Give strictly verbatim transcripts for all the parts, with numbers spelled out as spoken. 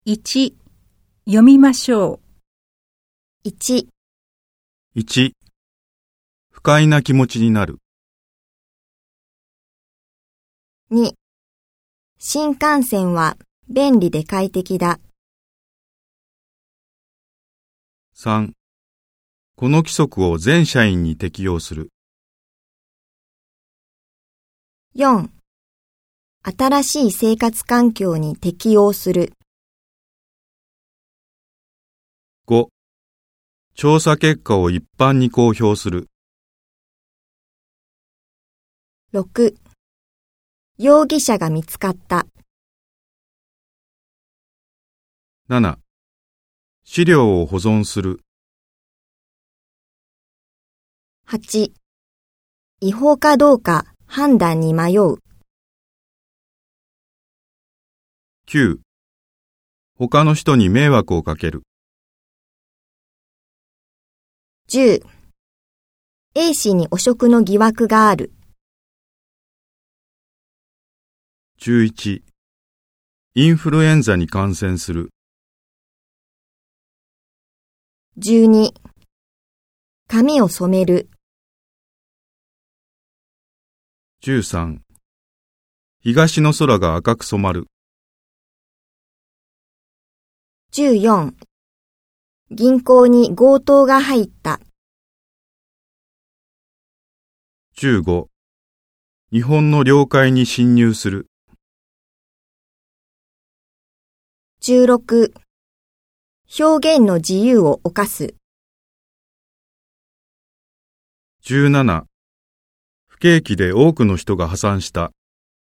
いち、読みましょう。 いち、 いち、不快な気持ちになる。 に、新幹線は便利で快適だ。 さん、この規則を全社員に適用する。 よん、新しい生活環境に適応する。 ご、調査結果を一般に公表する。 ろく、容疑者が見つかった。 なな、資料を保存する。 はち、違法かどうか判断に迷う。 きゅう、他の人に迷惑をかける。 じゅう、A 氏に汚職の疑惑がある。 じゅういち、インフルエンザに感染する。 じゅうに、髪を染める。 じゅうさん、東の空が赤く染まる。 じゅうよん、銀行に強盗が入った。 じゅうご、日本の領海に侵入する。 じゅうろく、表現の自由を侵す。 じゅうなな、不景気で多くの人が破産した。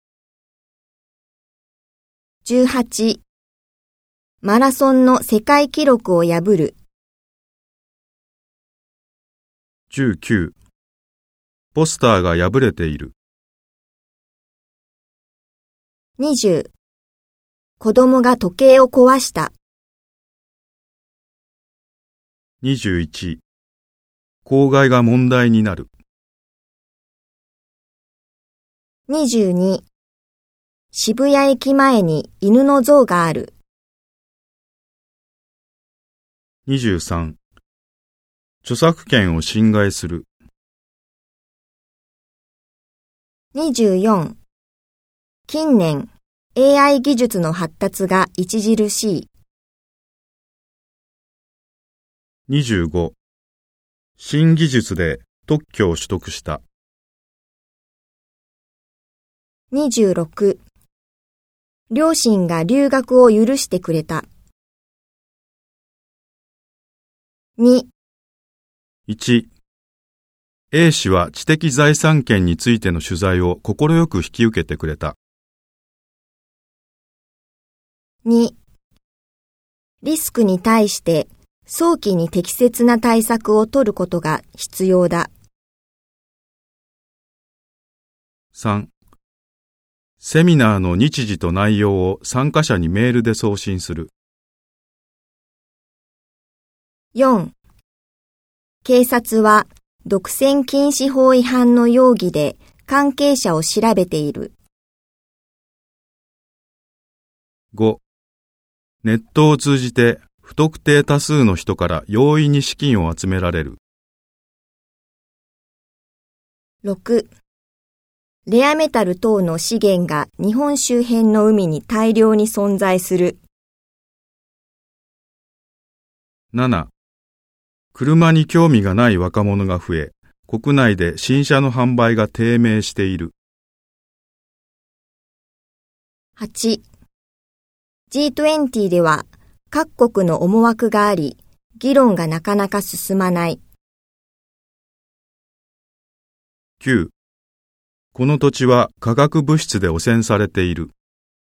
じゅうはち、マラソンの世界記録を破る。 じゅうきゅう、ポスターが破れている。 にじゅう、子供が時計を壊した。 にじゅういち、公害が問題になる。 にじゅうに、渋谷駅前に犬の像がある。 にじゅうさん、著作権を侵害する。 にじゅうよん、近年 エーアイ 技術の発達が著しい。 にじゅうご、新技術で特許を取得した。 にじゅうろく、両親が留学を許してくれた。に、 いち、A 氏は知的財産権についての取材を快く引き受けてくれた。 に、リスクに対して早期に適切な対策を取ることが必要だ。 さん、セミナーの日時と内容を参加者にメールで送信する。 よん、警察は独占禁止法違反の容疑で関係者を調べている。 ご、ネットを通じて不特定多数の人から容易に資金を集められる。 ろく、レアメタル等の資源が日本周辺の海に大量に存在する。 なな、車に興味がない若者が増え、国内で新車の販売が低迷している。 はち、ジートゥエンティー では各国の思惑があり、議論がなかなか進まない。 きゅう、この土地は化学物質で汚染されている。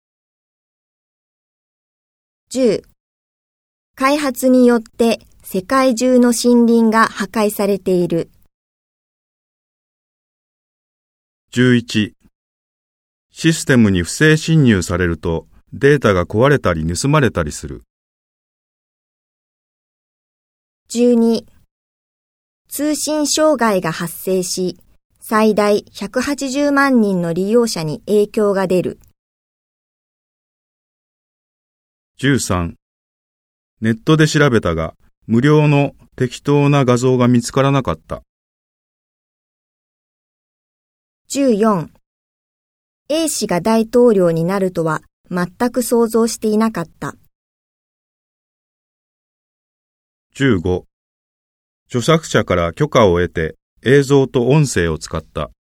じゅう、開発によって世界中の森林が破壊されている。 じゅういち、システムに不正侵入されるとデータが壊れたり盗まれたりする。 じゅうに、通信障害が発生し、最大ひゃくはちじゅうまんにんの利用者に影響が出る。 じゅうさん、ネットで調べたが、無料の適当な画像が見つからなかった。 じゅうよん、A 氏が大統領になるとは全く想像していなかった。 じゅうご、著作者から許可を得て映像と音声を使った。